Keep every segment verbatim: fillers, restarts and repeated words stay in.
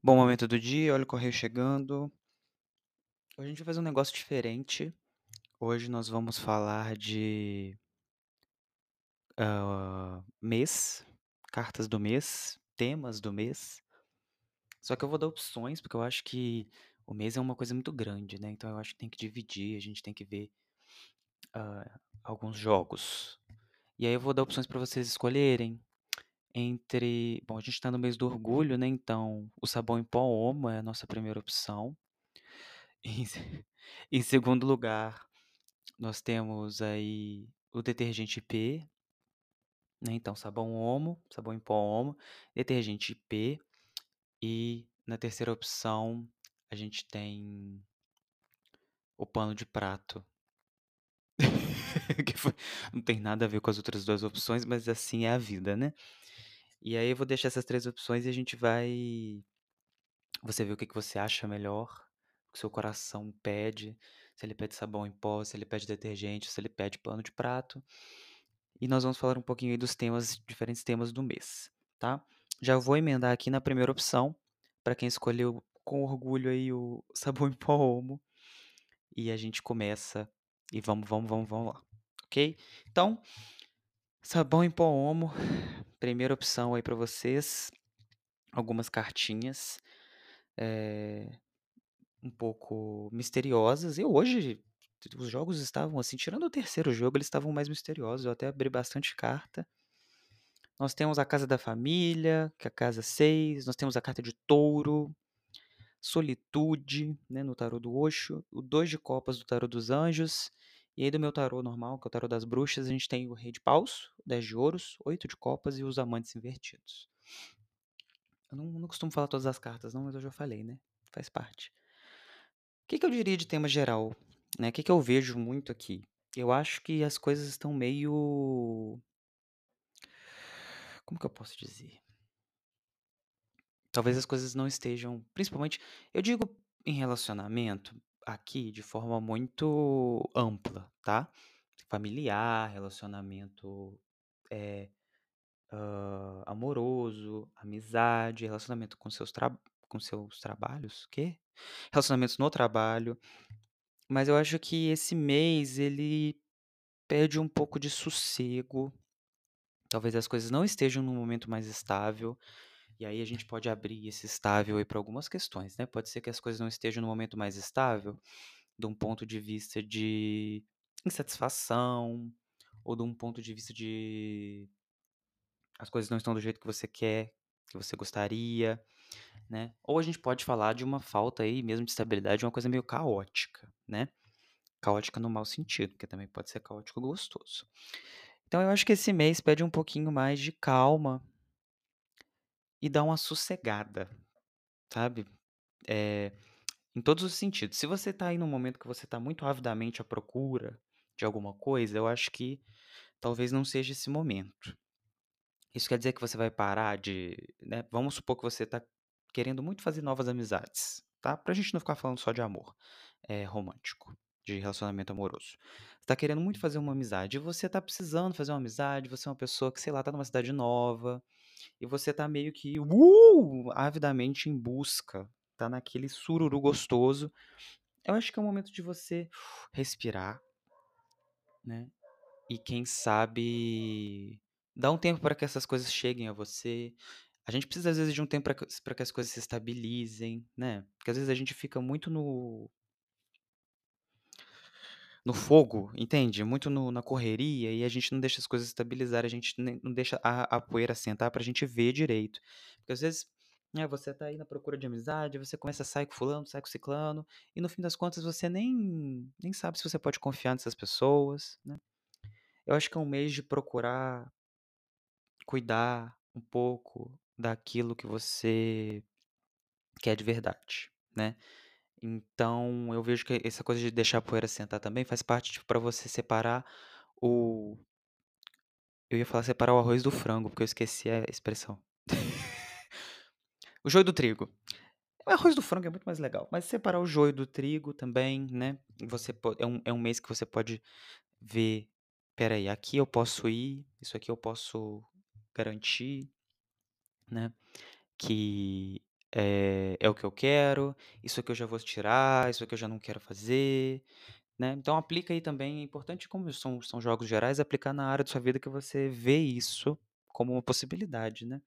Bom momento do dia, olha o correio chegando. Hoje a gente vai fazer um negócio diferente. Hoje nós vamos falar de ah, mês, cartas do mês, temas do mês. Só que eu vou dar opções, porque eu acho que o mês é uma coisa muito grande, né? Então eu acho que tem que dividir, a gente tem que ver ah, alguns jogos. E aí eu vou dar opções para vocês escolherem entre. Bom, a gente está no mês do orgulho, né? Então o sabão em pó Omo é a nossa primeira opção. Em, se- em segundo lugar, nós temos aí o detergente P, né? Então, sabão Omo, sabão em pó Omo, detergente P. E na terceira opção, a gente tem o pano de prato. Que foi- não tem nada a ver com as outras duas opções, mas assim é a vida, né? E aí eu vou deixar essas três opções e a gente vai. Você vê o que que você acha melhor, o que seu coração pede. Se ele pede sabão em pó, se ele pede detergente, se ele pede pano de prato. E nós vamos falar um pouquinho aí dos temas, diferentes temas do mês, tá? Já vou emendar aqui na primeira opção, para quem escolheu com orgulho aí o sabão em pó Omo, e a gente começa e vamos, vamos, vamos, vamos lá, ok? Então, sabão em pó Omo, primeira opção aí para vocês, algumas cartinhas, é, um pouco misteriosas. E hoje os jogos estavam assim, tirando o terceiro jogo, eles estavam mais misteriosos. Eu até abri bastante carta. Nós temos a Casa da Família, que é a casa seis. Nós temos a carta de Touro, Solitude, né, no tarô do Osho, o dois de copas do tarô dos anjos. E aí do meu tarô normal, que é o tarô das bruxas, a gente tem o Rei de Paus, o dez de ouros, oito de copas e os amantes invertidos. Eu não, não costumo falar todas as cartas, não, mas eu já falei, né? Faz parte. O que, que eu diria de tema geral? Né? O que, que eu vejo muito aqui? Eu acho que as coisas estão meio. Como que eu posso dizer? Talvez as coisas não estejam. Principalmente, eu digo em relacionamento aqui de forma muito ampla, tá? Familiar, relacionamento é, ah, amoroso, amizade, relacionamento com seus, tra... com seus trabalhos, quê? Relacionamentos no trabalho. Mas eu acho que esse mês ele pede um pouco de sossego. Talvez as coisas não estejam num momento mais estável. E aí a gente pode abrir esse estável aí para algumas questões, né? Pode ser que as coisas não estejam no momento mais estável, de um ponto de vista de insatisfação, ou de um ponto de vista de as coisas não estão do jeito que você quer, que você gostaria, né? Ou a gente pode falar de uma falta aí mesmo de estabilidade, uma coisa meio caótica, né? Caótica no mau sentido, porque também pode ser caótico gostoso. Então eu acho que esse mês pede um pouquinho mais de calma e dá uma sossegada, sabe? É, em todos os sentidos. Se você tá aí num momento que você tá muito avidamente à procura de alguma coisa, eu acho que talvez não seja esse momento. Isso quer dizer que você vai parar de, né? Vamos supor que você tá querendo muito fazer novas amizades, tá? Pra gente não ficar falando só de amor, é, romântico, de relacionamento amoroso. Você tá querendo muito fazer uma amizade e você tá precisando fazer uma amizade, você é uma pessoa que, sei lá, tá numa cidade nova e você tá meio que, uh, avidamente em busca, tá naquele sururu gostoso. Eu acho que é o momento de você respirar, né? E quem sabe dar um tempo para que essas coisas cheguem a você. A gente precisa, às vezes, de um tempo para que, pra que as coisas se estabilizem, né? Porque às vezes a gente fica muito no, no fogo, entende? Muito no- na correria e a gente não deixa as coisas estabilizarem, a gente nem- não deixa a, a poeira sentar pra gente ver direito. Porque às vezes, né, você tá aí na procura de amizade, você começa a sair com fulano, sai com ciclano, e no fim das contas você nem, nem sabe se você pode confiar nessas pessoas, né? Eu acho que é um mês de procurar cuidar um pouco daquilo que você quer de verdade, né? Então, eu vejo que essa coisa de deixar a poeira sentar também faz parte, tipo, pra você separar o. Eu ia falar separar o arroz do frango, porque eu esqueci a expressão. O joio do trigo. O arroz do frango é muito mais legal, mas separar o joio do trigo também, né? Você po- é um, é um mês que você pode ver. Peraí, aqui eu posso ir, isso aqui eu posso garantir, né? Que é é o que eu quero, isso aqui eu já vou tirar, isso aqui eu já não quero fazer, né. Então aplica aí também, é importante como são são jogos gerais, aplicar na área da sua vida que você vê isso como uma possibilidade, né.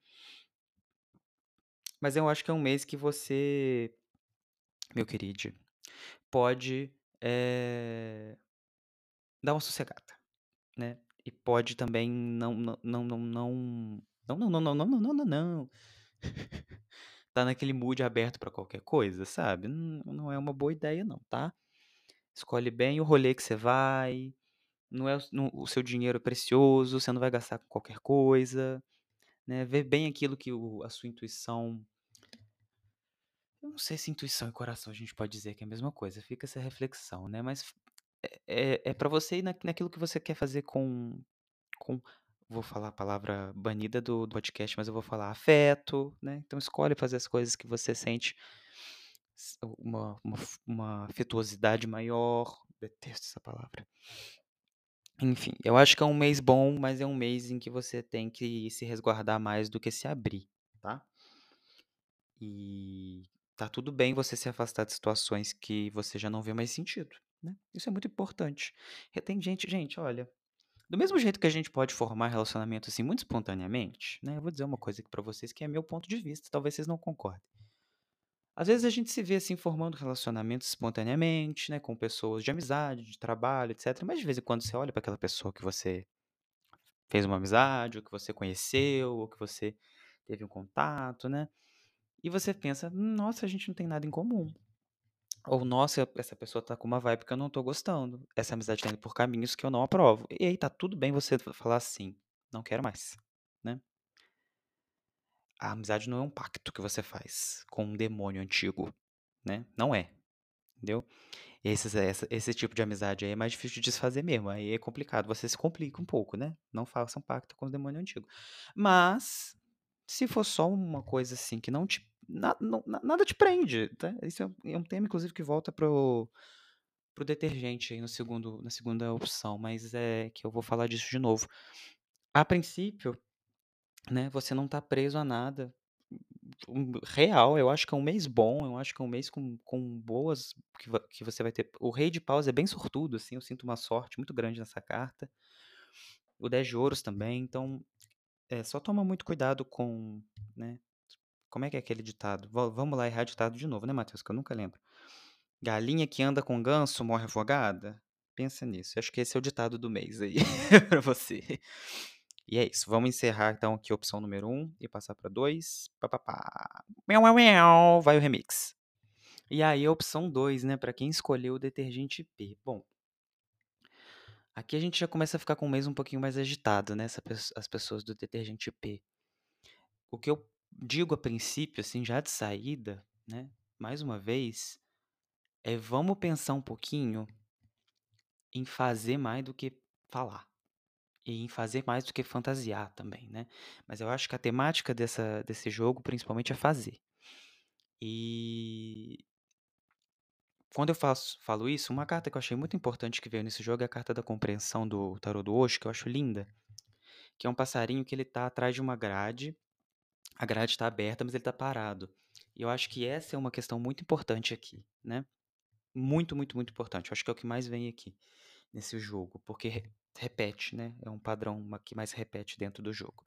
Mas eu acho que é um mês que você, meu querido, pode, eh, dar uma sossegada, né, e pode também não não não não não não não não não não não não não não tá naquele mood aberto pra qualquer coisa, sabe. Não não é uma boa ideia não, tá. Escolhe bem o rolê que você vai, não é o s não o seu dinheiro é precioso, você não vai gastar com qualquer coisa, né, vê bem aquilo que o a sua intuição eu não sei se intuição e coração a gente pode dizer que é a mesma coisa, fica essa reflexão, né, mas f é é é pra você ir na naquilo que você quer fazer com com vou falar a palavra banida do do podcast, mas eu vou falar afeto, né, então escolhe fazer as coisas que você sente s uma uma f uma afetuosidade maior, detesto essa palavra. Enfim, eu acho que é um mês bom, mas é um mês em que você tem que se resguardar mais do que se abrir, tá. E tá tudo bem você se afastar de situações que você já não vê mais sentido, né, isso é muito importante. Porque tem gente gente, olha, do mesmo jeito que a gente pode formar relacionamento, assim, muito espontaneamente, né, eu vou dizer uma coisa aqui pra vocês que é meu ponto de vista, talvez vocês não concordem. Às vezes a gente se vê, assim, formando relacionamentos espontaneamente, né, com pessoas de amizade, de trabalho, etcétera, mas de vez em quando você olha pra aquela pessoa que você fez uma amizade, ou que você conheceu, ou que você teve um contato, né, e você pensa: "Nossa, a gente não tem nada em comum", ou "Nossa, essa pessoa tá com uma vibe que eu não tô gostando, essa amizade tá indo por caminhos que eu não aprovo", e aí tá tudo bem você fa falar assim: "Não quero mais", né. A amizade não é um pacto que você faz com um demônio antigo, né, não é, entendeu. Esses essa esse tipo de amizade aí é mais difícil de desfazer mesmo, aí é complicado, você se complica um pouco, né, não faça um pacto com o demônio antigo. Mas, se for só uma coisa, assim, que não te na não na nada te prende, tá, esse é um é um tema inclusive que volta para o para o detergente aí no segundo na segunda opção, mas, é que eu vou falar disso de novo. A princípio, né, você não tá preso a nada, um real, eu acho que é um mês bom, eu acho que é um mês com com boas que va que você vai ter o rei de paus é bem sortudo, assim, eu sinto uma sorte muito grande nessa carta. O dez de ouros também, então, eh, só toma muito cuidado com, né, como é que é aquele ditado? Va vamos lá errar ditado de novo, né, Matheus, que eu nunca lembro. "Galinha que anda com ganso morre afogada", pensa nisso, acho que esse é o ditado do mês aí pra você. E é isso, vamos encerrar então aqui a opção número um e passar pra dois, pá-pá-pá, miau-miau-miau, vai o remix. E aí a opção dois, né, pra quem escolheu o detergente P. Bom aqui a gente já começa a ficar com um mês um pouquinho mais agitado, né, essa pesso as pessoas do detergente P. O que eu digo a princípio, assim, já de saída, né, mais uma vez, é vamos pensar um pouquinho em fazer mais do que falar, e em fazer mais do que fantasiar também, né. Mas eu acho que a temática dessa desse jogo principalmente é fazer. E quando eu faço falo isso, uma carta que eu achei muito importante que veio nesse jogo é a carta da compreensão do tarô do Osho, que eu acho linda, que é um passarinho que ele tá atrás de uma grade, a grade tá aberta, mas ele tá parado. E eu acho que essa é uma questão muito importante aqui, né. Muito, muito, muito importante, eu acho que é o que mais vem aqui, nesse jogo, porque re repete, né, é um padrão ma que mais repete dentro do jogo.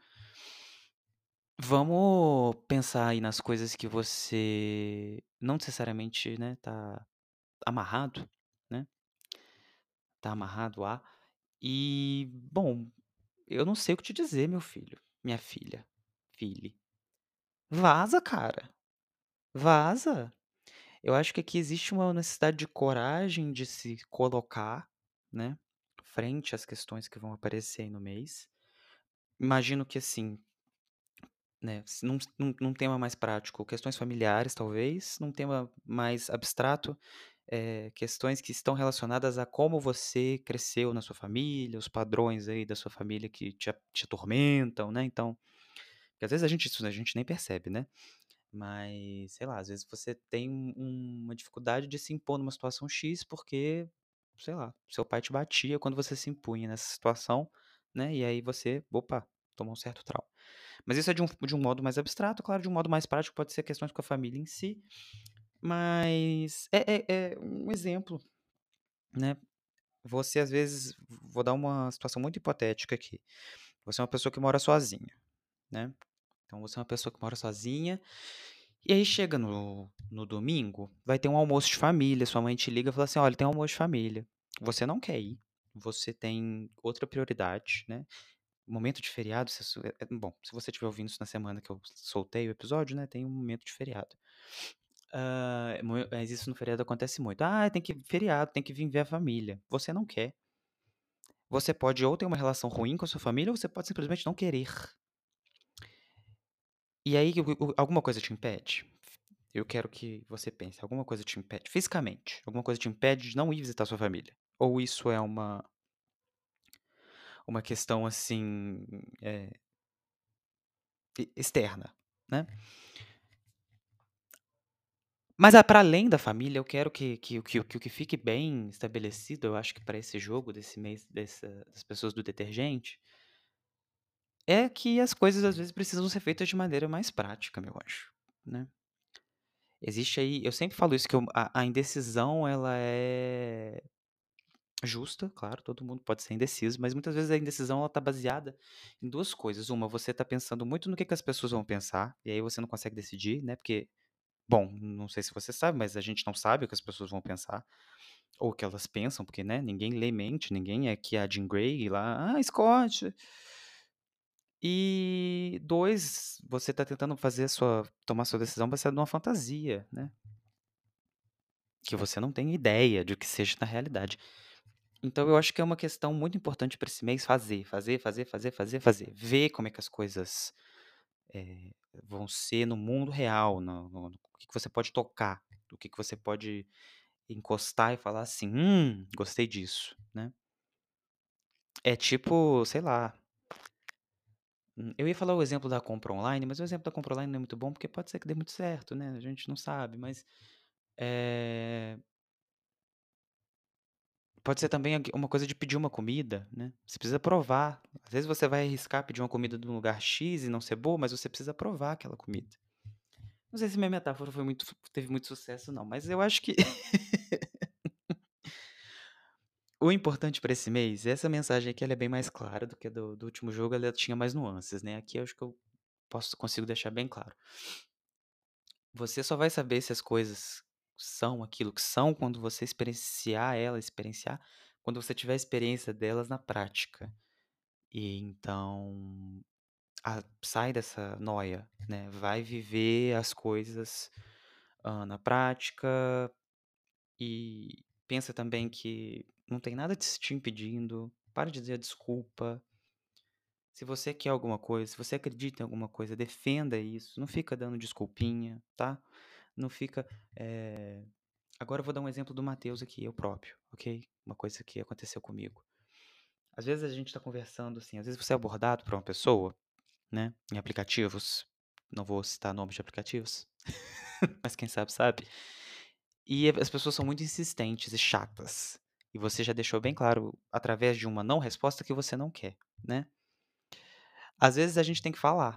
Vamos pensar aí nas coisas que você não necessariamente, né, tá amarrado, né. Tá amarrado a. E, bom, eu não sei o que te dizer meu filho, minha filha, filhe. Vaza cara, vaza. Eu acho que aqui existe uma necessidade de coragem de se colocar, né, frente às questões que vão aparecer aí no mês. Imagino que assim né, se num num num tema mais prático, questões familiares talvez, num tema mais abstrato, eh, questões que estão relacionadas a como você cresceu na sua família, os padrões aí da sua família que te a te atormentam, né, então porque às vezes a gente isso a gente nem percebe, né, mas, sei lá, às vezes você tem um um uma dificuldade de se impor numa situação "X", porque, sei lá, seu pai te batia quando você se impunha nessa situação, né, e aí você: "Opa". tomou um certo trauma. Mas isso é de um de um modo mais abstrato, claro, de um modo mais prático pode ser questões com a família em si, mas é é é um exemplo, né. Você às vezes vou dar uma situação muito hipotética aqui. Você é uma pessoa que mora sozinha, né. Então você é uma pessoa que mora sozinha, e aí chega no no domingo, vai ter um almoço de família, sua mãe te liga e fala assim: "Olha, tem um almoço de família". Você não quer ir, você tem outra prioridade, né. Momento de feriado, se isso é é bom, se você estiver ouvindo isso na semana que eu soltei o episódio, né, tem um momento de feriado. Hã, mo mas isso no feriado acontece muito. "Ah, tem que feriado, tem que vir ver a família". Você não quer. Você pode ou ter uma relação ruim com a sua família ou você pode simplesmente não querer. E aí o o alguma coisa te impede? Eu quero que você pense, alguma coisa te impede fisicamente, alguma coisa te impede de não ir visitar sua família? Ou isso é uma uma questão, assim, eh, e externa, né? Mas, ah, pra além da família, eu quero que que o que o que o que fique bem estabelecido, eu acho que pra esse jogo desse mês dessa das pessoas do detergente é que as coisas às vezes precisam ser feitas de maneira mais prática, meu anjo, né. Existe aí eu sempre falo isso que eu a a indecisão ela é justa, claro, todo mundo pode ser indeciso, mas muitas vezes a indecisão ela tá baseada em duas coisas, uma, você tá pensando muito no que que as pessoas vão pensar, e aí você não consegue decidir, né, porque, bom, não sei se você sabe, mas a gente não sabe o que as pessoas vão pensar, ou o que elas pensam, porque, né, ninguém lê mente, ninguém é que a Jean Grey lá: "Ah, Scott". E dois, você tá tentando fazer a sua tomar sua decisão baseada numa fantasia, né, que você não tem ideia de o que seja na realidade. Então eu acho que é uma questão muito importante para esse mês fazer, fazer, fazer, fazer, fazer, fazer. Ver como é que as coisas, eh, vão ser no mundo real, no no no que que você pode tocar, o que que você pode encostar e falar assim: "Hum, gostei disso", né. É tipo, sei lá, hum, eu ia falar o exemplo da compra online, mas o exemplo da compra online não é muito bom, porque pode ser que dê muito certo, né, a gente não sabe, mas, eh pode ser também aq uma coisa de pedir uma comida, né, você precisa provar. Às vezes você vai arriscar pedir uma comida de um lugar X e não ser boa, mas você precisa provar aquela comida. Não sei se minha metáfora foi muito teve muito sucesso não, mas eu acho que o importante para esse mês, essa mensagem aqui ela é bem mais clara do que a do do último jogo, ela tinha mais nuances, né, aqui eu acho que eu posso consigo deixar bem claro. Você só vai saber se as coisas são aquilo que são quando você experienciar ela, experienciar, quando você tiver a experiência delas na prática. E então, ah, sai dessa noia, né, vai viver as coisas, hã, na prática e pensa também que não tem nada te te impedindo, para de dizer desculpa. Se você quer alguma coisa, se você acredita em alguma coisa, defenda isso, não fica dando desculpinha, tá. Não fica, eh agora eu vou dar um exemplo do Matheus aqui, eu próprio, ok? Uma coisa que aconteceu comigo. Às vezes a gente tá conversando, assim, às vezes você é abordado por uma pessoa, né, em aplicativos, não vou citar nomes de aplicativos, mas quem sabe sabe. E as pessoas são muito insistentes e chatas, e você já deixou bem claro, através de uma não resposta, que você não quer, né. Às vezes a gente tem que falar,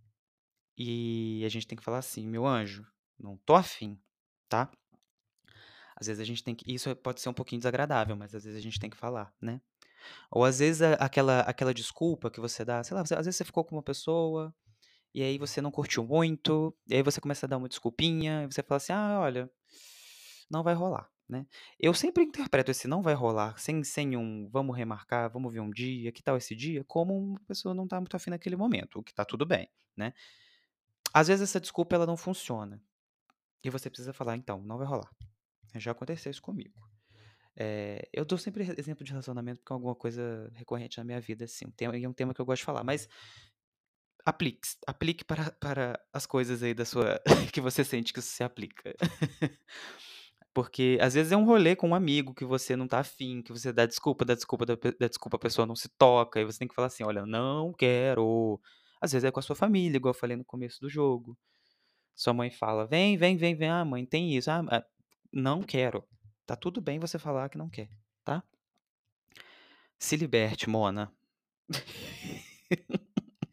e a gente tem que falar assim: "Meu anjo, não tô afim, tá". Às vezes a gente tem que isso pode ser um pouquinho desagradável, mas às vezes a gente tem que falar, né. Ou às vezes a aquela aquela desculpa que você dá, sei lá, você às vezes você ficou com uma pessoa e aí você não curtiu muito, e aí você começa a dar uma desculpinha, e você fala assim: "Ah, olha, não vai rolar", né. Eu sempre interpreto esse "não vai rolar", sem sem um "vamos remarcar, vamos ver um dia, que tal esse dia?", como uma pessoa não tá muito afim naquele momento, o que tá tudo bem, né. Às vezes essa desculpa ela não funciona, e você precisa falar: "Então, não vai rolar". Já aconteceu isso comigo. Eh, eu dou sempre exemplo de relacionamento, porque é alguma coisa recorrente na minha vida, assim, um tema e é um tema que eu gosto de falar, mas aplique aplique para para as coisas aí da sua que você sente que isso se aplica. Porque às vezes é um rolê com um amigo que você não tá afim, que você dá desculpa, dá desculpa, dá pe dá desculpa, a pessoa não se toca, aí você tem que falar assim: "Olha, não quero". Às vezes é com a sua família, igual eu falei no começo do jogo. Sua mãe fala: "Vem, vem, vem, vem. Ah, mãe, tem isso. Ah, ah, não quero". Tá tudo bem você falar que não quer, tá? Se liberte, Mona.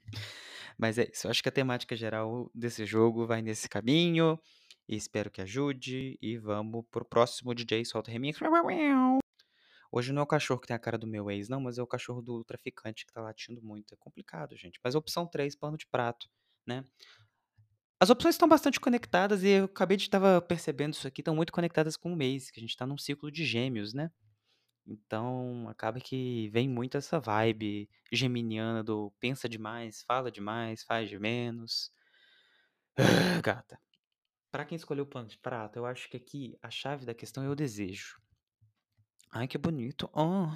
Mas é isso, eu acho que a temática geral desse jogo vai nesse caminho, e espero que ajude, e vamos pro próximo D J solta o remix. Hoje não é o cachorro que tem a cara do meu ex, não, mas é o cachorro do traficante que tá latindo muito. É complicado, gente. Mas opção três, pano de prato, né? As opções estão bastante conectadas e eu acabei de estar percebendo isso aqui, estão muito conectadas com o mês, que a gente tá num ciclo de gêmeos, né? Então, acaba que vem muito essa vibe geminiana do pensa demais, fala demais, faz de menos. Ah, gata. Pra quem escolheu o pano de prata, eu acho que aqui a chave da questão é o desejo. Ai, que bonito. Oh.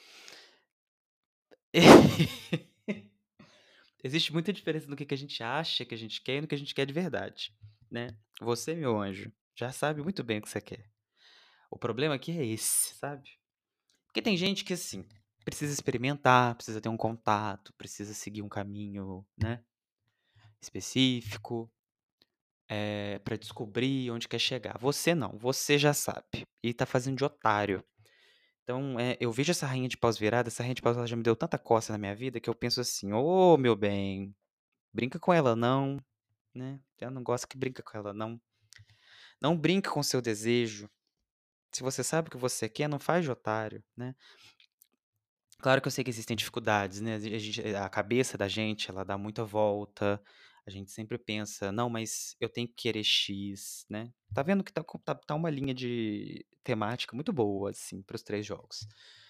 Existe muita diferença no que que a gente acha que a gente quer e no que a gente quer de verdade, né? Você, meu anjo, já sabe muito bem o que você quer. O problema aqui é esse, sabe? Porque tem gente que, assim, precisa experimentar, precisa ter um contato, precisa seguir um caminho, né, específico, é, para descobrir onde quer chegar. Você não, você já sabe e tá fazendo de otário. Então, é, eu vejo essa rainha de paus virada, essa rainha de paus ela já me deu tanta coça na minha vida que eu penso assim: "Ô, meu bem, brinca com ela não, né? Eu não gosto que brinca com ela não. Não brinca com seu desejo. Se você sabe o que você quer, não faz de otário, né?" Claro que eu sei que existem dificuldades, né? A gente- a cabeça da gente, ela dá muita volta. A gente sempre pensa, não, mas eu tenho que querer X, né? Tá vendo que tá, com- tá, tá uma linha de temática muito boa, assim, para os três jogos.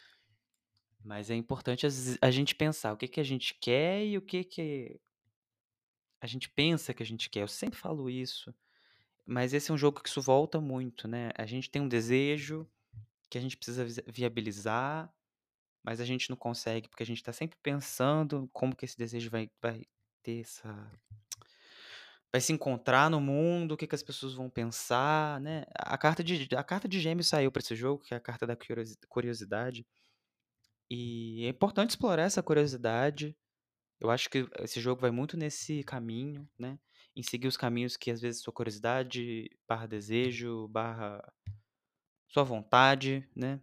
Mas é importante às vezes, a gente pensar o que que a gente quer e o que que a gente pensa que a gente quer. Eu sempre falo isso, mas esse é um jogo que isso volta muito, né? A gente tem um desejo que a gente precisa vis- viabilizar, mas a gente não consegue, porque a gente tá sempre pensando como que esse desejo vai, vai ter essa. Vai se encontrar no mundo, o que, que as pessoas vão pensar, né? A carta de, a carta de Gêmeos saiu para esse jogo, que é a carta da curiosi- curiosidade. E é importante explorar essa curiosidade. Eu acho que esse jogo vai muito nesse caminho, né? Em seguir os caminhos que às vezes sua curiosidade, barra desejo, barra sua vontade, né?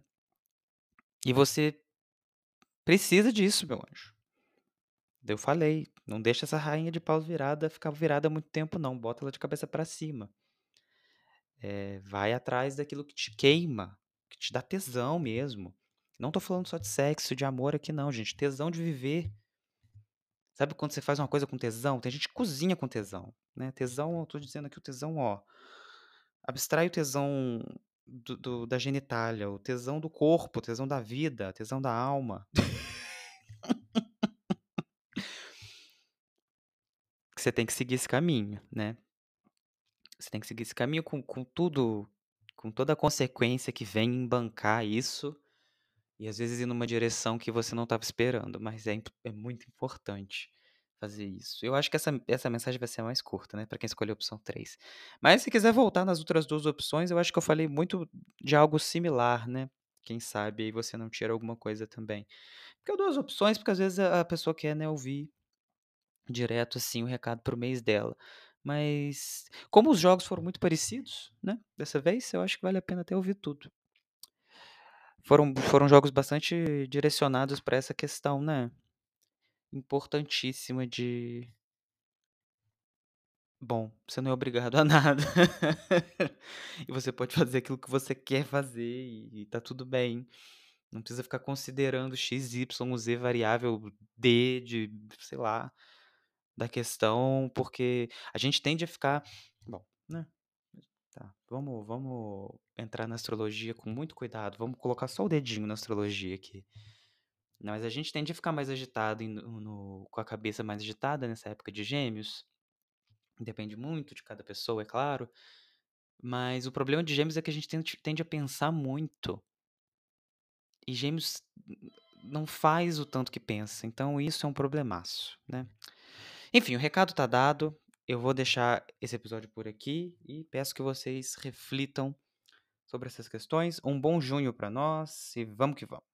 E você precisa disso, meu anjo. Eu falei, não deixa essa rainha de paus virada ficar virada muito tempo, não. Bota ela de cabeça pra cima. É, vai atrás daquilo que te queima, que te dá tesão mesmo. Não tô falando só de sexo, de amor aqui, não, gente. Tesão de viver. Sabe quando você faz uma coisa com tesão? Tem gente que cozinha com tesão, né? Tesão, eu tô dizendo aqui o tesão, ó. Abstrai o tesão do, do- da genitália, o tesão do corpo, o tesão da vida, o tesão da alma. Que você tem que seguir esse caminho, né? Você tem que seguir esse caminho com, com tudo, com toda a consequência que vem em bancar isso, e às vezes ir numa direção que você não estava esperando, mas é, imp- é muito importante fazer isso. Eu acho que essa, essa mensagem vai ser mais curta, né, para quem escolheu a opção três. Mas se quiser voltar nas outras duas opções, eu acho que eu falei muito de algo similar, né? Quem sabe aí você não tira alguma coisa também. Porque eu dou as opções, porque às vezes a a pessoa quer, né, ouvir direto, assim, o recado para o mês dela. Mas como os jogos foram muito parecidos, né, dessa vez, eu acho que vale a pena até ouvir tudo. Foram foram jogos bastante direcionados para essa questão, né, importantíssima de bom, você não é obrigado a nada. E você pode fazer aquilo que você quer fazer e e tá tudo bem. Não precisa ficar considerando x, y, z variável d de, sei lá, da questão, porque a gente tende a ficar bom, né, tá, vamos vamos entrar na astrologia com muito cuidado, vamos colocar só o dedinho na astrologia aqui. Mas a gente tende a ficar mais agitado em no no com a cabeça mais agitada nessa época de Gêmeos, depende muito de cada pessoa, é claro, mas o problema de Gêmeos é que a gente tende tende a pensar muito, e Gêmeos n não faz o tanto que pensa, então isso é um problemaço, né. Enfim, o recado tá dado. Eu vou deixar esse episódio por aqui e peço que vocês reflitam sobre essas questões. Um bom junho para nós e vamos que vamos.